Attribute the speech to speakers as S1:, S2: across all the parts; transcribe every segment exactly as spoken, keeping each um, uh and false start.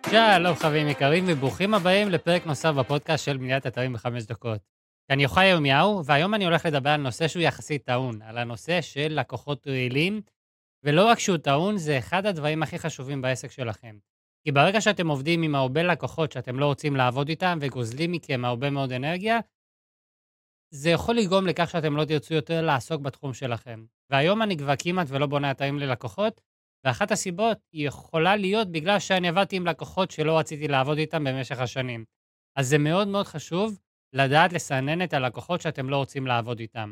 S1: שלום חברים יקרים וברוכים הבאים לפרק נוסף בפודקאסט של בניית אתרים בחמש דקות. אני יוחאי ירמיהו, והיום אני הולך לדבר על נושא שהוא יחסית טעון, על הנושא של לקוחות רעילים, ולא רק שהוא טעון, זה אחד הדברים הכי חשובים בעסק שלכם. כי ברגע שאתם עובדים עם הרבה לקוחות שאתם לא רוצים לעבוד איתם וגוזלים מכם הרבה מאוד אנרגיה, זה יכול לגרום לכך שאתם לא תרצו יותר לעסוק בתחום שלכם. והיום אני כבר כמעט ולא בונה אתרים ללקוחות, ואחת הסיבות היא יכולה להיות בגלל שאני עבדתי עם לקוחות שלא רציתי לעבוד איתם במשך השנים. אז זה מאוד מאוד חשוב לדעת לסנן את הלקוחות שאתם לא רוצים לעבוד איתם.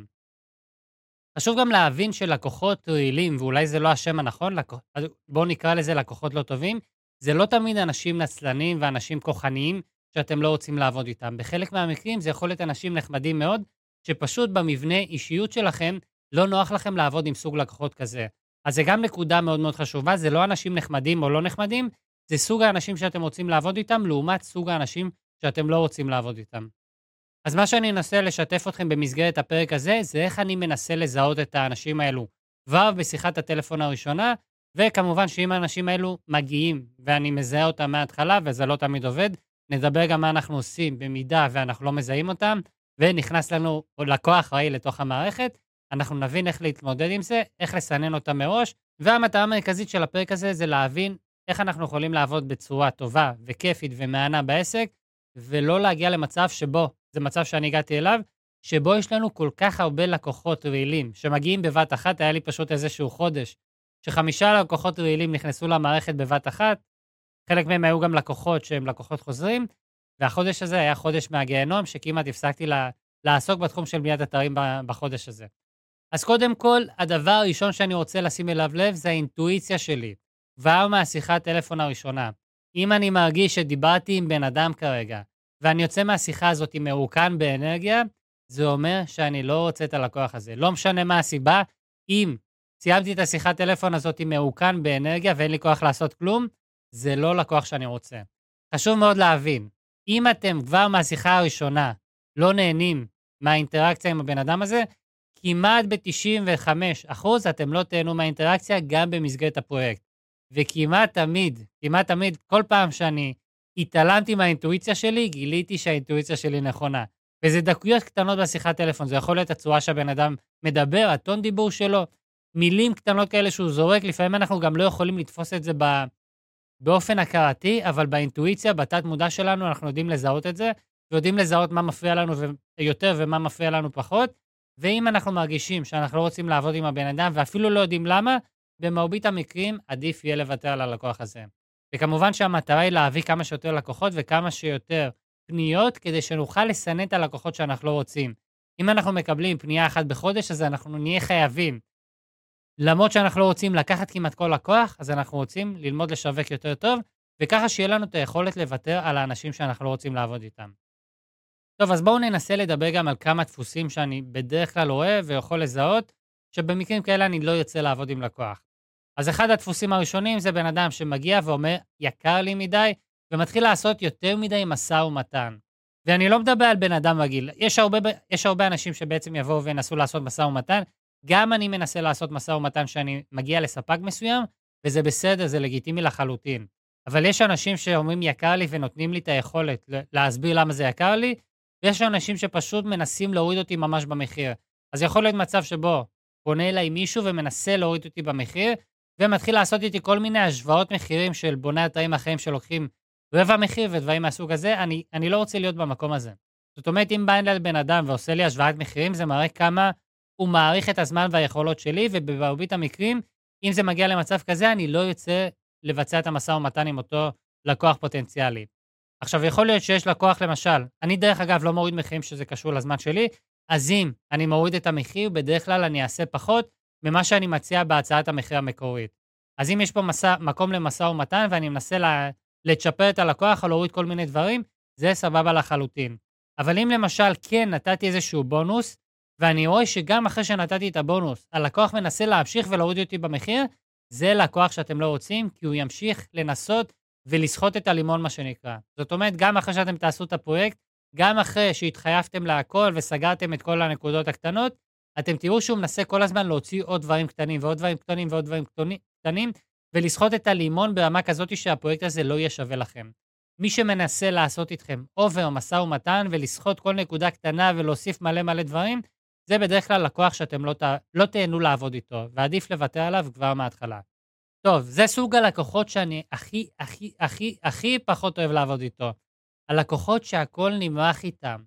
S1: חשוב גם להבין שלקוחות רעילים, ואולי זה לא השם הנכון, לקוח... בואו נקרא לזה לקוחות לא טובים, זה לא תמיד אנשים נצלנים ואנשים כוחניים שאתם לא רוצים לעבוד איתם. בחלק מהמקרים זה יכול להיות אנשים נחמדים מאוד, שפשוט במבנה אישיות שלכם לא נוח לכם לעבוד עם סוג לקוחות כזה. אז זה גם נקודה מאוד מאוד חשובה, זה לא אנשים נחמדים או לא נחמדים, זה סוג האנשים שאתם רוצים לעבוד איתם, לעומת סוג האנשים שאתם לא רוצים לעבוד איתם. אז מה שאני אנסה לשתף אתכם במסגרת הפרק הזה, זה איך אני מנסה לזהות את האנשים האלו כבר בשיחת הטלפון הראשונה, וכמובן שאם האנשים האלו מגיעים ואני מזהה אותם מההתחלה, וזה לא תמיד עובד, נדבר גם מה אנחנו עושים במידה ואנחנו לא מזהים אותם, ונכנס לנו לקוח רעיל לתוך המערכת, אנחנו נבין איך להתמודד עם זה, איך לסנן אותם מראש, והמטרה המרכזית של הפרק הזה זה להבין איך אנחנו יכולים לעבוד בצורה טובה וכיפית ומענה בעסק, ולא להגיע למצב שבו, זה מצב שאני הגעתי אליו, שבו יש לנו כל כך הרבה לקוחות רעילים, שמגיעים בבת אחת, היה לי פשוט איזשהו חודש, שחמישה לקוחות רעילים נכנסו למערכת בבת אחת, חלק מהם היו גם לקוחות שהם לקוחות חוזרים, והחודש הזה היה חודש מהגיהנום, שכמעט הפסקתי לה, לעסוק בתחום של בניית אתרים בחודש הזה. אז קודם כל, הדבר הראשון שאני רוצה לשים אליו לב, זה האינטואיציה שלי, כבר מהשיחת טלפון הראשונה. אם אני מרגיש שדיברתי עם בן אדם כרגע, ואני יוצא מהשיחה הזאת מרוקן באנרגיה, זה אומר שאני לא רוצה את הלקוח הזה. לא משנה מה הסיבה, אם סיימתי את השיחת טלפון הזאת מרוקן באנרגיה ואין לי כוח לעשות כלום, זה לא לקוח שאני רוצה. חשוב מאוד להבין, אם אתם כבר מהשיחה הראשונה לא נהנים מהאינטראקציה עם הבן אדם הזה, כמעט ב-תשעים וחמישה אחוז אתם לא תהנו מהאינטראקציה גם במסגרת הפרויקט. וכמעט תמיד, כמעט תמיד, כל פעם שאני התעלמתי מהאינטואיציה שלי, גיליתי שהאינטואיציה שלי נכונה. וזה דקויות קטנות בשיחת טלפון, זה יכול להיות הצורה שהבן אדם מדבר, הטון דיבור שלו, מילים קטנות כאלה שהוא זורק, לפעמים אנחנו גם לא יכולים לתפוס את זה ב... באופן הכרתי, אבל באינטואיציה, בתת מודע שלנו, אנחנו יודעים לזהות את זה, ויודעים לזהות מה מפריע לנו יותר ומה מפריע לנו פחות, ואם אנחנו מרגישים שאנחנו לא רוצים לעבוד עם הבן אדם, ואפילו לא יודעים למה, במרבית המקרים עדיף יהיה לוותר על הלקוח הזה. וכמובן שהמטרה היא להביא כמה שיותר לקוחות וכמה שיותר פניות, כדי שנוכל לסנן את הלקוחות שאנחנו לא רוצים. אם אנחנו מקבלים פנייה אחת בחודש, אז אנחנו נהיה חייבים. למרות שאנחנו לא רוצים לקחת כמעט כל לקוח, אז אנחנו רוצים ללמוד לשווק יותר טוב, וככה שיהיה לנו את היכולת לוותר על האנשים שאנחנו לא רוצים לעבוד איתם. טוב, אז בואו ננסה לדבר גם על כמה דפוסים שאני בדרך כלל רואה ויכול לזהות, שבמקרים כאלה אני לא יוצא לעבוד עם לקוח. אז אחד הדפוסים הראשונים זה בן אדם שמגיע ואומר, יקר לי מדי, ומתחיל לעשות יותר מדי מסע ומתן. ואני לא מדבר על בן אדם רגיל. יש הרבה, יש הרבה אנשים שבעצם יבואו וינסו לעשות מסע ומתן, גם אני מנסה לעשות מסע ומתן שאני מגיע לספק מסוים, וזה בסדר, זה לגיטימי לחלוטין. אבל יש אנשים שאומרים יקר לי ונותנים לי את היכולת להסביר למה זה יקר לי, ויש אנשים שפשוט מנסים להוריד אותי ממש במחיר. אז יכול להיות מצב שבו פונה אליי מישהו ומנסה להוריד אותי במחיר, ומתחיל לעשות איתי כל מיני השוואות מחירים של בוני אתרים אחרים שלוקחים רבע מחיר ודברים מהסוג הזה, אני, אני לא רוצה להיות במקום הזה. זאת אומרת, אם בא אליי בן אדם ועושה לי השוואת מחירים, זה מראה כמה הוא מעריך את הזמן והיכולות שלי, ובמרבית המקרים, אם זה מגיע למצב כזה, אני לא יוצא לבצע את המשא ומתן עם אותו לקוח פוטנציאלי. עכשיו, יכול להיות שיש לקוח למשל, אני דרך אגב לא מוריד מחירים שזה קשור לזמן שלי, אז אם אני מוריד את המחיר, בדרך כלל אני אעשה פחות ממה שאני מציע בהצעת המחיר המקורית. אז אם יש פה מסע, מקום למשא ומתן, ואני מנסה לה, לצ'פר את הלקוח או להוריד כל מיני דברים, זה סבבה לחלוטין. אבל אם למשל כן נתתי איזשהו בונוס, ואני רואה שגם אחרי שנתתי את הבונוס, הלקוח מנסה להמשיך ולהוריד אותי במחיר, זה לקוח שאתם לא רוצים, כי הוא ימשיך לנסות ולסחוט את הלימון, מה שנקרא. זאת אומרת, גם אחרי שאתם תעשו את הפרויקט, גם אחרי שהתחייבתם להכל וסגרתם את כל הנקודות הקטנות, אתם תראו שהוא מנסה כל הזמן להוציא עוד דברים קטנים ועוד דברים קטנים ועוד דברים קטנים, ולסחוט את הלימון ברמה כזאת שהפרויקט הזה לא יהיה שווה לכם. מי שמנסה לעשות איתכם אובר משא ומתן ולסחוט כל נקודה קטנה ולהוסיף מלא מלא דברים, זה בדרך כלל לקוח שאתם לא, ת... לא תהנו לעבוד איתו, ועדיף לוותר עליו כבר מההתחלה. טוב, זה סוג הלקוחות שאני הכי, הכי, הכי, הכי פחות אוהב לעבוד איתו. הלקוחות שהכל נמרח איתם,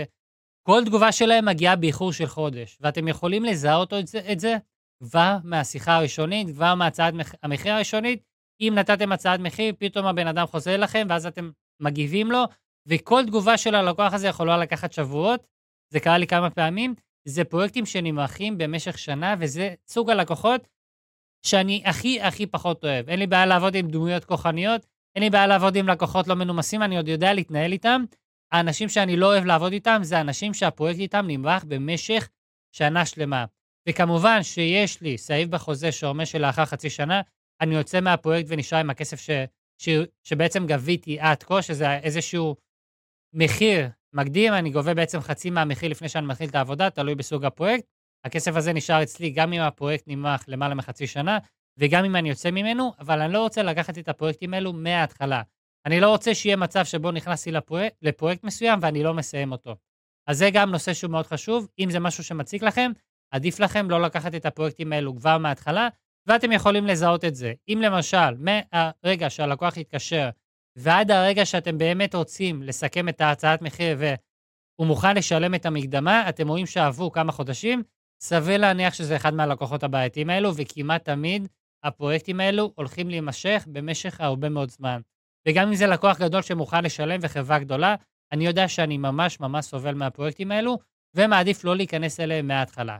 S1: שכל תגובה שלהם מגיעה באיחור של חודש, ואתם יכולים לזהות את זה, את זה כבר מהשיחה הראשונית, כבר מהצעת המחיר הראשונית. אם נתתם הצעת מחיר, פתאום הבן אדם חוזר לכם, ואז אתם מגיבים לו, וכל תגובה של הלקוח הזה יכולה לקחת שבועות. זה קרה לי כמה פעמים. זה פרויקטים שנמרחים במשך שנה, וזה סוג הלקוחות שאני הכי הכי פחות אוהב. אין לי בעיה לעבוד עם דמויות כוחניות, אין לי בעיה לעבוד עם לקוחות לא מנומסים, אני עוד יודע להתנהל איתם. האנשים שאני לא אוהב לעבוד איתם, זה אנשים שהפרויקט איתם נמרח במשך שנה שלמה. וכמובן שיש לי סעיף בחוזה שאומר שלאחר חצי שנה, אני יוצא מהפרויקט ונשאר עם הכסף ש, ש, שבעצם גביתי עד כה, שזה איזשהו מחיר מקדים, אני גובה בעצם חצי מהמחיר לפני שאני מתחיל את העבודה, תלוי בסוג הפרויקט. הכסף הזה נשאר אצלי גם אם הפרויקט נמרח למעלה מחצי שנה, וגם אם אני יוצא ממנו, אבל אני לא רוצה לקחת את הפרויקטים האלו מההתחלה. אני לא רוצה שיהיה מצב שבו נכנסתי לפרויקט, לפרויקט מסוים ואני לא מסיים אותו. אז זה גם נושא שהוא מאוד חשוב. אם זה משהו שמציק לכם, עדיף לכם לא לקחת את הפרויקטים האלו כבר מההתחלה, ואתם יכולים לזהות את זה. אם למשל, מהרגע שהלקוח יתקשר, ועד הרגע שאתם באמת רוצים לסכם את ההצעת מחיר והוא מוכן לשלם את המקדמה, אתם רואים שעברו כמה חודשים, סביר להניח שזה אחד מהלקוחות הבעייתיים האלו, וכמעט תמיד הפרויקטים האלו הולכים להימשך במשך הרבה מאוד זמן. וגם אם זה לקוח גדול שמוכן לשלם וחברה גדולה, אני יודע שאני ממש ממש סובל מהפרויקטים האלו, ומעדיף לא להיכנס אליהם מההתחלה.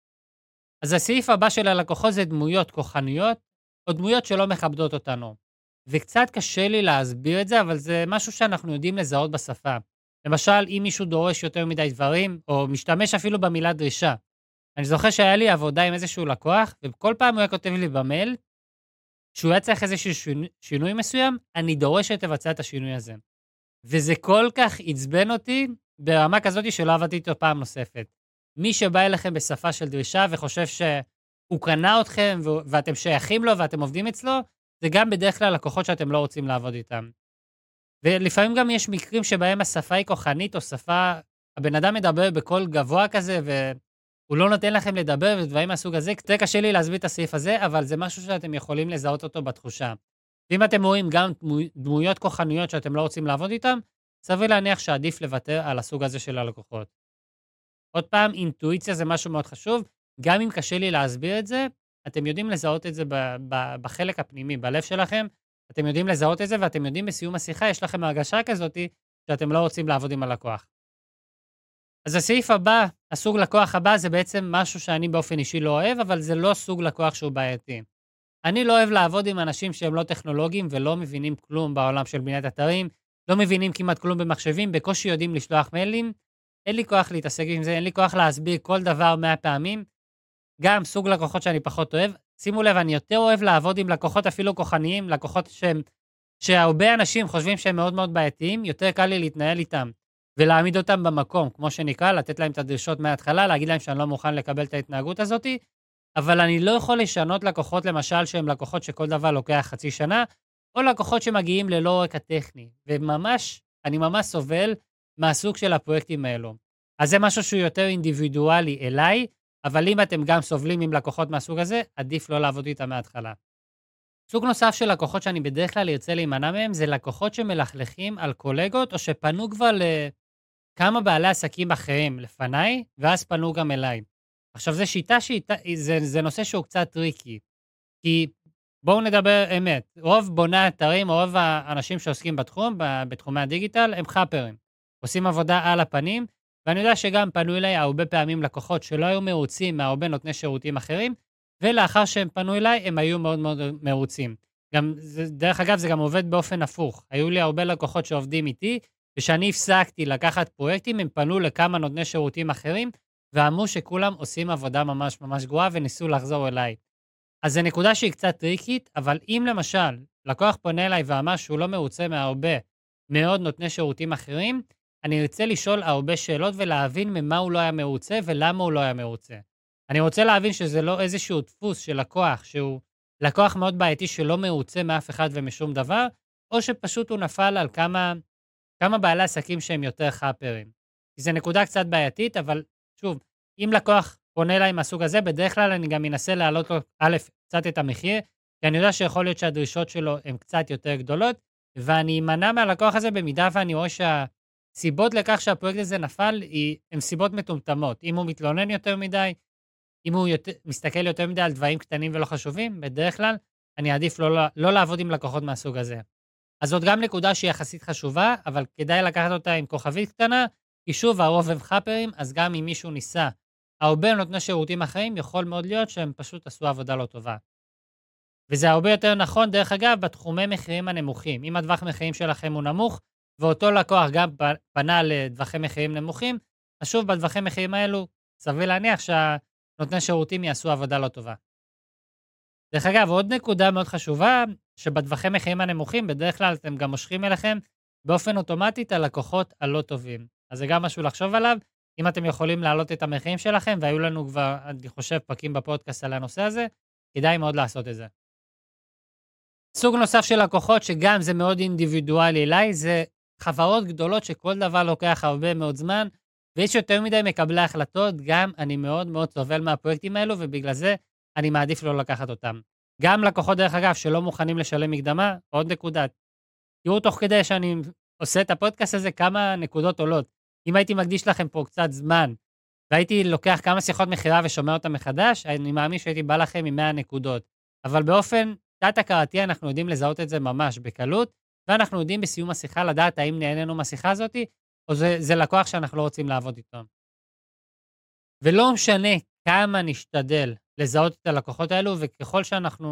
S1: אז הסעיף הבא של הלקוחות זה דמויות כוחניות, או דמויות שלא מכבדות אותנו. וקצת קשה לי להסביר את זה, אבל זה משהו שאנחנו יודעים לזהות בשפה. למשל, אם מישהו דורש יותר מדי דברים, או משתמש אפילו במילה דרישה. אני זוכר שהיה לי עבודה עם איזשהו לקוח, וכל פעם הוא היה כותב לי במייל, שהוא היה צריך איזשהו שינוי מסוים, אני דורש שתבצע את השינוי הזה. וזה כל כך עצבן אותי, ברמה כזאת שלא עבדתי איתו פעם נוספת. מי שבא אליכם בשפה של דרישה וחושב שהוא קנה אתכם ואתם שייכים לו ואתם עובדים אצלו, זה גם בדרך כלל לקוחות שאתם לא רוצים לעבוד איתם. ולפעמים גם יש מקרים שבהם השפה היא כוחנית או שפה, הבן אדם מדבר בקול גבוה כזה והוא לא נותן לכם לדבר ודברים מהסוג הזה. קצת קשה לי להסביר את הסעיף הזה, אבל זה משהו שאתם יכולים לזהות אותו בתחושה. ואם אתם רואים גם דמויות כוחניות שאתם לא רוצים לעבוד איתם, סביר להניח שעדיף לוותר על הסוג הזה של הלקוחות. עוד פעם, אינטואיציה זה משהו מאוד חשוב, גם אם קשה לי להסביר את זה, אתם יודעים לזהות את זה ב- ב- בחלק הפנימי, בלב שלכם, אתם יודעים לזהות את זה, ואתם יודעים בסיום השיחה, יש לכם הרגשה כזאת שאתם לא רוצים לעבוד עם הלקוח. אז הסעיף הבא, הסוג לקוח הבא, זה בעצם משהו שאני באופן אישי לא אוהב, אבל זה לא סוג לקוח שהוא בעייתי. אני לא אוהב לעבוד עם אנשים שהם לא טכנולוגיים ולא מבינים כלום בעולם של בניית אתרים, לא מבינים כמעט כלום במחשבים, בקושי יודעים לשלוח מיילים, אין לי כוח להתעסק עם זה, אין לי כוח להסביר כל דבר מאה פעמים. גם סוג לקוחות שאני פחות אוהב. שימו לב, אני יותר אוהב לעבוד עם לקוחות אפילו כוחניים, לקוחות שהם, שהרבה אנשים חושבים שהם מאוד מאוד בעייתיים, יותר קל לי להתנהל איתם ולהעמיד אותם במקום, כמו שנקרא, לתת להם את הדרישות מההתחלה, להגיד להם שאני לא מוכן לקבל את ההתנהגות הזאת, אבל אני לא יכול לשנות לקוחות, למשל, שהם לקוחות שכל דבר לוקח חצי שנה, או לקוחות שמגיעים ללא רקע טכני, וממש, אני ממש סובל מהסוג של הפרויקטים האלו. אז זה משהו שהוא יותר אינדיבידואלי אליי, אבל אם אתם גם סובלים עם לקוחות מהסוג הזה, עדיף לא לעבוד איתם מההתחלה. סוג נוסף של לקוחות שאני בדרך כלל ארצה להימנע מהם, זה לקוחות שמלכלכים על קולגות, או שפנו כבר לכמה בעלי עסקים אחרים לפניי, ואז פנו גם אליי. עכשיו, זו שיטה שיטה, זה, זה נושא שהוא קצת טריקי, כי בואו נדבר אמת, רוב בוני אתרים, רוב האנשים שעוסקים בתחום, בתחומי הדיגיטל, הם חאפרים, עושים עבודה על הפנים, ואני יודע שגם פנו אליי הרבה פעמים לקוחות שלא היו מרוצים מהרבה נותני שירותים אחרים, ולאחר שהם פנו אליי, הם היו מאוד מאוד מרוצים. גם, דרך אגב, זה גם עובד באופן הפוך. היו לי הרבה לקוחות שעובדים איתי, ושאני הפסקתי לקחת פרויקטים, הם פנו לכמה נותני שירותים אחרים, ואמרו שכולם עושים עבודה ממש ממש גרועה, וניסו לחזור אליי. אז זו נקודה שהיא קצת טריקית, אבל אם למשל, לקוח פונה אליי ואמר שהוא לא מרוצה מהרבה מאוד נותני שירותים אחרים, אני רוצה לשאול הרבה שאלות ולהבין ממה הוא לא היה מרוצה ולמה הוא לא היה מרוצה. אני רוצה להבין שזה לא איזשהו דפוס של לקוח שהוא לקוח מאוד בעייתי שלא מרוצה מאף אחד ומשום דבר, או שפשוט הוא נפל על כמה, כמה בעלי עסקים שהם יותר חאפרים. זו נקודה קצת בעייתית, אבל שוב, אם לקוח פונה אליי מהסוג הזה, בדרך כלל אני גם אנסה להעלות לו, א', קצת את המחיר, כי אני יודע שיכול להיות שהדרישות שלו הן קצת יותר גדולות, ואני אמנע מהלקוח הזה במידה ואני רואה שהסיבות לכך שהפרויקט הזה נפל, הן סיבות מטומטמות. אם הוא מתלונן יותר מדי, אם הוא יותר, מסתכל יותר מדי על דברים קטנים ולא חשובים, בדרך כלל אני אעדיף לא, לא לעבוד עם לקוחות מהסוג הזה. אז זאת גם נקודה שהיא יחסית חשובה, אבל כדאי לקחת אותה עם כוכבית קטנה, כי שוב, הרוב הם חאפרים, אז גם אם מישהו ניסה הרבה נותני שירותים אחרים, יכול מאוד להיות שהם פשוט עשו עבודה לא טובה. וזה הרבה יותר נכון, דרך אגב, בתחומי מחירים הנמוכים. אם הטווח מחירים שלכם הוא נמוך, ואותו לקוח גם פנה לטווחי מחירים נמוכים, אז שוב, בטווחי מחירים האלו, סביר להניח שהנותני שירותים יעשו עבודה לא טובה. דרך אגב, עוד נקודה מאוד חשובה, שבטווחי מחירים הנמוכים, בדרך כלל אתם גם מושכים אליכם באופן אוטומטי את הלקוחות הלא טובים. אז זה גם משהו לחשוב עליו, אם אתם יכולים להעלות את המחירים שלכם, והיו לנו כבר, אני חושב, פרקים בפודקאסט על הנושא הזה, כדאי מאוד לעשות את זה. סוג נוסף של לקוחות, שגם זה מאוד אינדיבידואלי אליי, זה חברות גדולות שכל דבר לוקח הרבה מאוד זמן, ויש יותר מדי מקבלי החלטות, גם אני מאוד מאוד סובל מהפרויקטים האלו, ובגלל זה אני מעדיף לא לקחת אותם. גם לקוחות, דרך אגב, שלא מוכנים לשלם מקדמה, עוד נקודה. תראו תוך כדי שאני עושה את הפודקאסט הזה, כמה נקודות עולות. אם הייתי מקדיש לכם פה קצת זמן, והייתי לוקח כמה שיחות מחירה ושומע אותם מחדש, אני מאמין שהייתי בא לכם עם מאה נקודות. אבל באופן תת-הכרתי אנחנו יודעים לזהות את זה ממש בקלות, ואנחנו יודעים בסיום השיחה לדעת האם נהנינו מהשיחה הזאת, או זה, זה לקוח שאנחנו לא רוצים לעבוד איתו. ולא משנה כמה נשתדל לזהות את הלקוחות האלו, וככל שאנחנו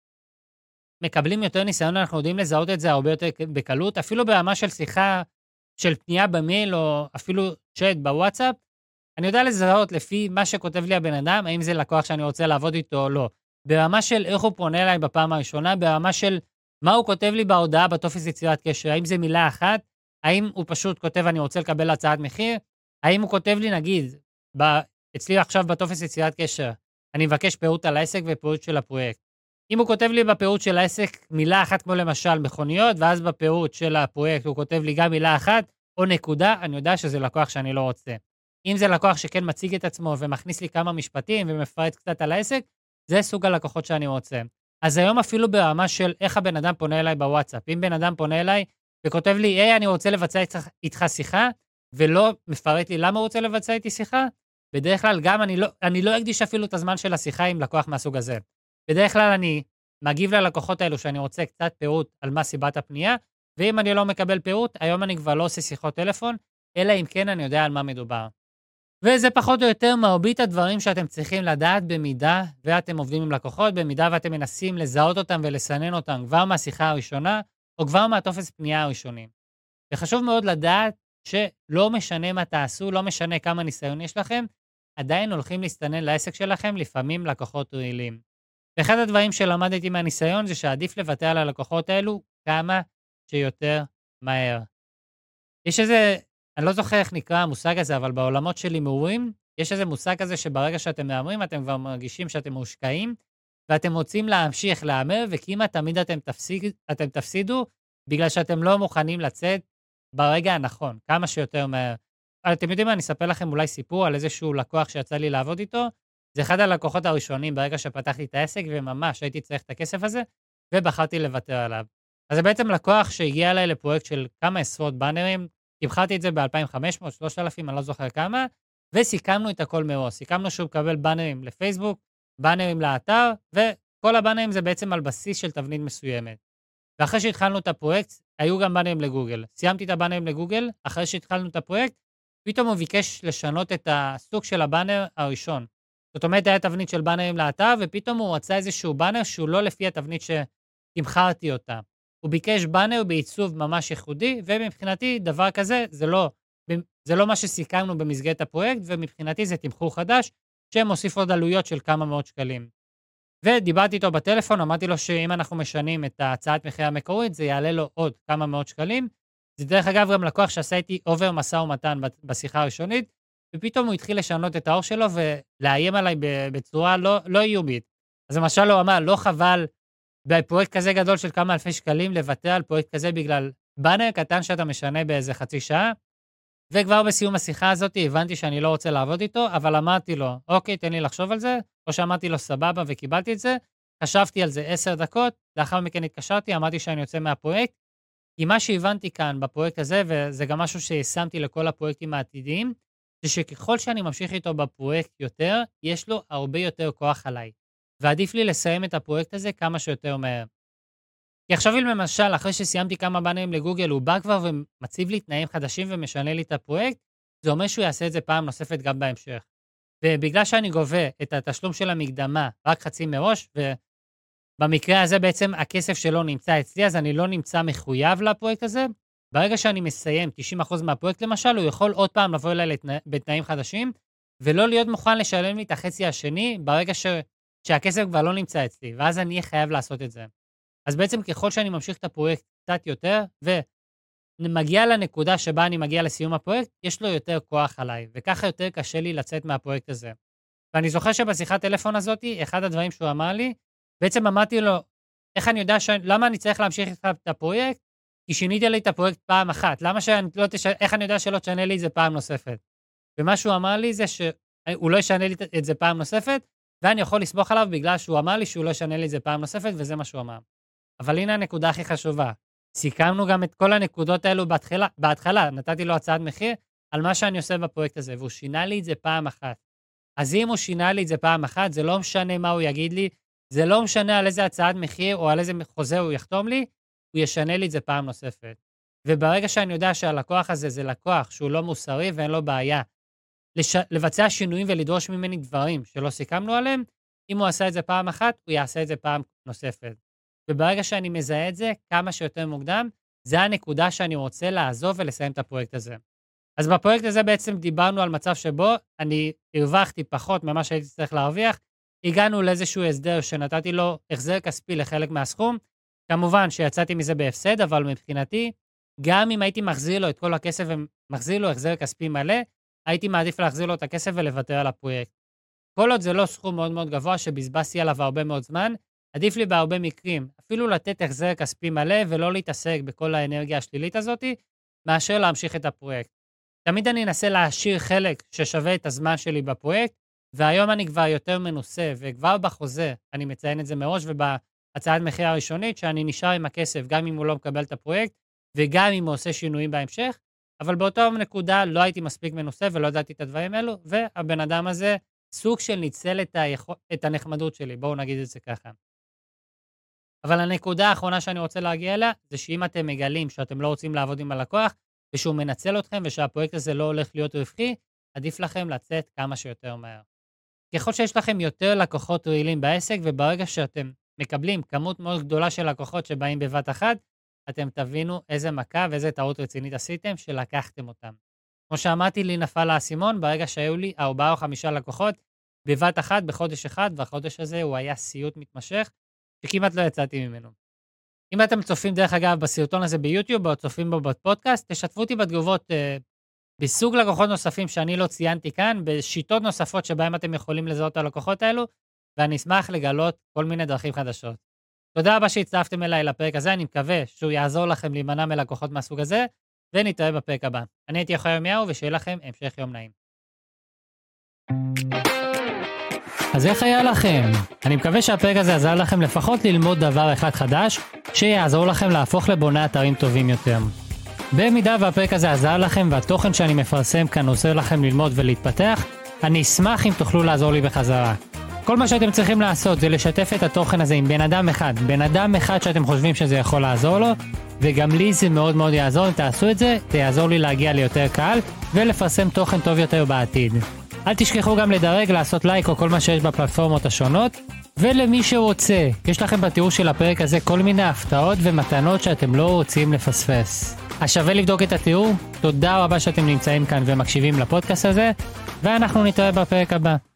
S1: מקבלים יותר ניסיון, אנחנו יודעים לזהות את זה הרבה יותר בקלות, אפילו ברמה של שיחה, של פנייה במייל, או אפילו צ'אט בוואטסאפ, אני יודע לזהות לפי מה שכותב לי הבן אדם, האם זה לקוח שאני רוצה לעבוד איתו או לא. ברמה של איך הוא פונה אליי בפעם הראשונה, ברמה של מה הוא כותב לי בהודעה בטופס יצירת קשר, האם זה מילה אחת, האם הוא פשוט כותב אני רוצה לקבל הצעת מחיר, האם הוא כותב לי נגיד, ב... אצלי עכשיו בטופס יצירת קשר, אני מבקש פירוט על העסק ופירוט של הפרויקט. אם הוא כותב לי בפירוט של העסק מילה אחת כמו למשל מכוניות, ואז בפירוט של הפרויקט הוא כותב לי גם מילה אחת או נקודה, אני יודע שזה לקוח שאני לא רוצה. אם זה לקוח שכן מציג את עצמו ומכניס לי כמה משפטים ומפרט קצת על העסק, זה סוג הלקוחות שאני רוצה. אז היום אפילו ברמה של איך הבן אדם פונה אליי בוואטסאפ. אם בן אדם פונה אליי וכותב לי, היי, אני רוצה לבצע איתך שיחה, ולא מפרט לי למה הוא רוצה לבצע איתי שיחה, בדרך כלל גם אני לא, אני לא אקדיש אפילו את הזמן של השיחה עם לקוח מהסוג הזה. בדרך כלל אני מגיב ללקוחות האלו שאני רוצה קצת פירוט על מה סיבת הפנייה, ואם אני לא מקבל פירוט, היום אני כבר לא עושה שיחות טלפון, אלא אם כן אני יודע על מה מדובר. וזה פחות או יותר מרבית הדברים שאתם צריכים לדעת במידה ואתם עובדים עם לקוחות, במידה ואתם מנסים לזהות אותם ולסנן אותם כבר מהשיחה הראשונה, או כבר מהטופס פנייה הראשונים. וחשוב מאוד לדעת שלא משנה מה תעשו, לא משנה כמה ניסיון יש לכם, עדיין הולכים להסתנן לעסק שלכם, לפעמים לקוחות רעילים. ואחד הדברים שלמדתי מהניסיון זה שעדיף לוותר על הלקוחות האלו כמה שיותר מהר. יש איזה, אני לא זוכר איך נקרא המושג הזה, אבל בעולמות של הימורים, יש איזה מושג כזה שברגע שאתם מהמרים, אתם כבר מרגישים שאתם מושקעים, ואתם רוצים להמשיך להמר, וכמעט תמיד אתם, תפסיד, אתם תפסידו, בגלל שאתם לא מוכנים לצאת ברגע הנכון, כמה שיותר מהר. אתם יודעים מה, אני אספר לכם אולי סיפור על איזשהו לקוח שיצא לי לעבוד איתו, זה אחד הלקוחות הראשונים ברגע שפתחתי את העסק, וממש הייתי צריך את הכסף הזה, ובחרתי לוותר עליו. אז זה בעצם לקוח שהגיע אליי לפרויקט של כמה עשרות באנרים, תבחרתי את זה ב-אלפיים וחמש מאות, שלושת אלפים, אני לא זוכר כמה, וסיכמנו את הכל מראש. סיכמנו שהוא מקבל באנרים לפייסבוק, באנרים לאתר, וכל הבאנרים זה בעצם על בסיס של תבנית מסוימת. ואחרי שהתחלנו את הפרויקט, היו גם באנרים לגוגל. סיימתי את הבאנרים לגוגל, אחרי שהתחלנו את הפרויקט, פתאום הוא ביקש לשנות את הסוג של הבאנר הראשון. זאת אומרת, היה תבנית של באנרים לאתר, ופתאום הוא רצה איזשהו באנר שהוא לא לפי התבנית שתמכרתי אותה. הוא ביקש באנר בעיצוב ממש ייחודי, ומבחינתי דבר כזה, זה לא, זה לא מה שסיכמנו במסגרת הפרויקט, ומבחינתי זה תמחור חדש, שמוסיף עוד עלויות של כמה מאות שקלים. ודיברתי איתו בטלפון, אמרתי לו שאם אנחנו משנים את ההצעת מחיר המקורית, זה יעלה לו עוד כמה מאות שקלים. זה דרך אגב גם לקוח שעשה איתי אובר מסע ומתן בשיחה הראשונית, ופתאום הוא התחיל לשנות את האור שלו ולאיים עליי בצורה לא, לא איומית. אז למשל הוא אמר, לא חבל בפרויקט כזה גדול של כמה אלפי שקלים לוותר על פרויקט כזה בגלל באנר קטן שאתה משנה באיזה חצי שעה, וכבר בסיום השיחה הזאת הבנתי שאני לא רוצה לעבוד איתו, אבל אמרתי לו, אוקיי, תן לי לחשוב על זה, או שאמרתי לו סבבה וקיבלתי את זה, חשבתי על זה עשר דקות, לאחר מכן התקשרתי, אמרתי שאני יוצא מהפרויקט, כי מה שהבנתי כאן בפרויקט הזה, וזה גם משהו ששמתי לכל הפרויקטים העתידיים, זה שככל שאני ממשיך איתו בפרויקט יותר, יש לו הרבה יותר כוח עליי, ועדיף לי לסיים את הפרויקט הזה כמה שיותר מהר. כי עכשיו למשל, אחרי שסיימתי כמה באנרים לגוגל, הוא בא כבר ומציב לי תנאים חדשים ומשנה לי את הפרויקט, זה אומר שהוא יעשה את זה פעם נוספת גם בהמשך. ובגלל שאני גובה את התשלום של המקדמה רק חצי מראש, ובמקרה הזה בעצם הכסף שלו נמצא אצלי, אז אני לא נמצא מחויב לפרויקט הזה. ברגע שאני מסיים תשעים אחוז מהפרויקט למשל, הוא יכול עוד פעם לבוא אליי לתנא... בתנאים חדשים, ולא להיות מוכן לשלם לי את החצי השני ברגע ש... שהכסף כבר לא נמצא אצלי, ואז אני חייב לעשות את זה. אז בעצם ככל שאני ממשיך את הפרויקט קצת יותר, ומגיע לנקודה שבה אני מגיע לסיום הפרויקט, יש לו יותר כוח עליי, וככה יותר קשה לי לצאת מהפרויקט הזה. ואני זוכר שבשיחת טלפון הזאת, אחד הדברים שהוא אמר לי, בעצם אמרתי לו, איך אני יודע, ש... למה אני צריך להמשיך את הפרויקט? כי שיניתי לי את הפרויקט פעם אחת. למה שאני לא תש... איך אני יודע שלא תשנה לי את זה פעם נוספת? ומה שהוא אמר לי זה שהוא לא ישנה לי את זה פעם נוספת, ואני יכול לסמוך עליו בגלל שהוא אמר לי שהוא לא ישנה לי את זה פעם נוספת, וזה מה שהוא אמר. אבל הנה הנקודה הכי חשובה. סיכמנו גם את כל הנקודות האלו בהתחלה, בהתחלה, נתתי לו הצעת מחיר על מה שאני עושה בפרויקט הזה, והוא שינה לי את זה פעם אחת. אז אם הוא שינה לי את זה פעם אחת, זה לא משנה מה הוא יגיד לי, זה לא משנה על איזה הצעת מחיר או על איזה חוזה הוא יחתום לי, הוא ישנה לי את זה פעם נוספת. וברגע שאני יודע שהלקוח הזה זה לקוח שהוא לא מוסרי ואין לו בעיה, לש... לבצע שינויים ולדרוש ממני דברים שלא סיכמנו עליהם, אם הוא עשה את זה פעם אחת, הוא יעשה את זה פעם נוספת. וברגע שאני מזהה את זה, כמה שיותר מוקדם, זה הנקודה שאני רוצה לעזוב ולסיים את הפרויקט הזה. אז בפרויקט הזה בעצם דיברנו על מצב שבו אני הרווחתי פחות ממה שהייתי צריך להרוויח, הגענו לאיזשהו הסדר שנתתי לו החזר כספי לחלק מהסכום, כמובן שיצאתי מזה בהפסד, אבל מבחינתי, גם אם הייתי מחזיר לו את כל הכסף ומחזיר לו החזר כספי מלא, הייתי מעדיף להחזיר לו את הכסף ולוותר על הפרויקט. כל עוד זה לא סכום מאוד מאוד גבוה שבזבזתי עליו הרבה מאוד זמן, עדיף לי בהרבה מקרים, אפילו לתת החזר כספי מלא ולא להתעסק בכל האנרגיה השלילית הזאת, מאשר להמשיך את הפרויקט. תמיד אני אנסה להשאיר חלק ששווה את הזמן שלי בפרויקט, והיום אני כבר יותר מנוסה, וכבר בחוזה אני מציין את זה מראש, ובהצעת מחיר הראשונית שאני נשאר עם הכסף, גם אם הוא לא מקבל את הפרויקט, וגם אם הוא עושה שינויים בהמשך, אבל באותה נקודה לא הייתי מספיק מנוסה ולא ידעתי את הדברים האלו, והבן אדם הזה סוג של ניצל את, היכול... את הנחמדות שלי, בואו נגיד את זה ככה. אבל הנקודה האחרונה שאני רוצה להגיע אליה, זה שאם אתם מגלים שאתם לא רוצים לעבוד עם הלקוח, ושהוא מנצל אתכם ושהפרויקט הזה לא הולך להיות רווחי, עדיף לכם לצאת כמה שיותר מהר. ככל שיש לכם יותר לקוחות רעילים בעסק, וברגע שאתם מקבלים כמות מאוד גדולה של לקוחות שבאים בבת אחת, אתם תבינו איזה מכה ואיזה טעות רצינית עשיתם שלקחתם אותם. כמו שאמרתי, לי נפל האסימון ברגע שהיו לי ארבעה או חמישה לקוחות בבת אחת בחודש אחד, והחודש הזה הוא היה סיוט מתמשך, שכמעט לא יצאתי ממנו. אם אתם צופים דרך אגב בסרטון הזה ביוטיוב, או צופים בו בפודקאסט, תשתפו אותי בתגובות אה, בסוג לקוחות נוספים שאני לא ציינתי כאן, בשיטות נוספות שבהם אתם יכולים לזהות את הלקוחות האלו, ואני אשמח לגלות כל מיני דרכים חדשות. תודה רבה שהצטרפתם אליי לפרק הזה, אני מקווה שהוא יעזור לכם להימנע מלקוחות מהסוג הזה, ונתראה בפרק הבא. אני הייתי יוחאי ירמיהו, ושיהיה לכם המשך יום נעים. אז איך היה לכם? אני מקווה שהפרק הזה עזר לכם לפחות ללמוד דבר אחד חדש, שיעזור לכם להפוך לבוני אתרים טובים יותר. במידה והפרק הזה עזר לכם והתוכן שאני מפרסם כאן עוזר לכם ללמוד ולהתפתח, אני אשמח אם תוכלו לעזור לי בחזרה. כל מה שאתם צריכים לעשות זה לשתף את התוכן הזה עם בן אדם אחד, בן אדם אחד שאתם חושבים שזה יכול לעזור לו, וגם לי זה מאוד מאוד יעזור אם תעשו את זה, זה יעזור לי להגיע ליותר קהל ולפרסם תוכן טוב יותר בעתיד. אל תשכחו גם לדרג, לעשות לייק או כל מה שיש בפלטפורמות השונות, ולמי שרוצה, יש לכם בתיאור של הפרק הזה כל מיני הפתעות ומתנות שאתם לא רוצים לפספס. אז שווה לבדוק את התיאור, תודה רבה שאתם נמצאים כאן ומקשיבים לפודקאסט הזה, ואנחנו נתראה בפרק הבא.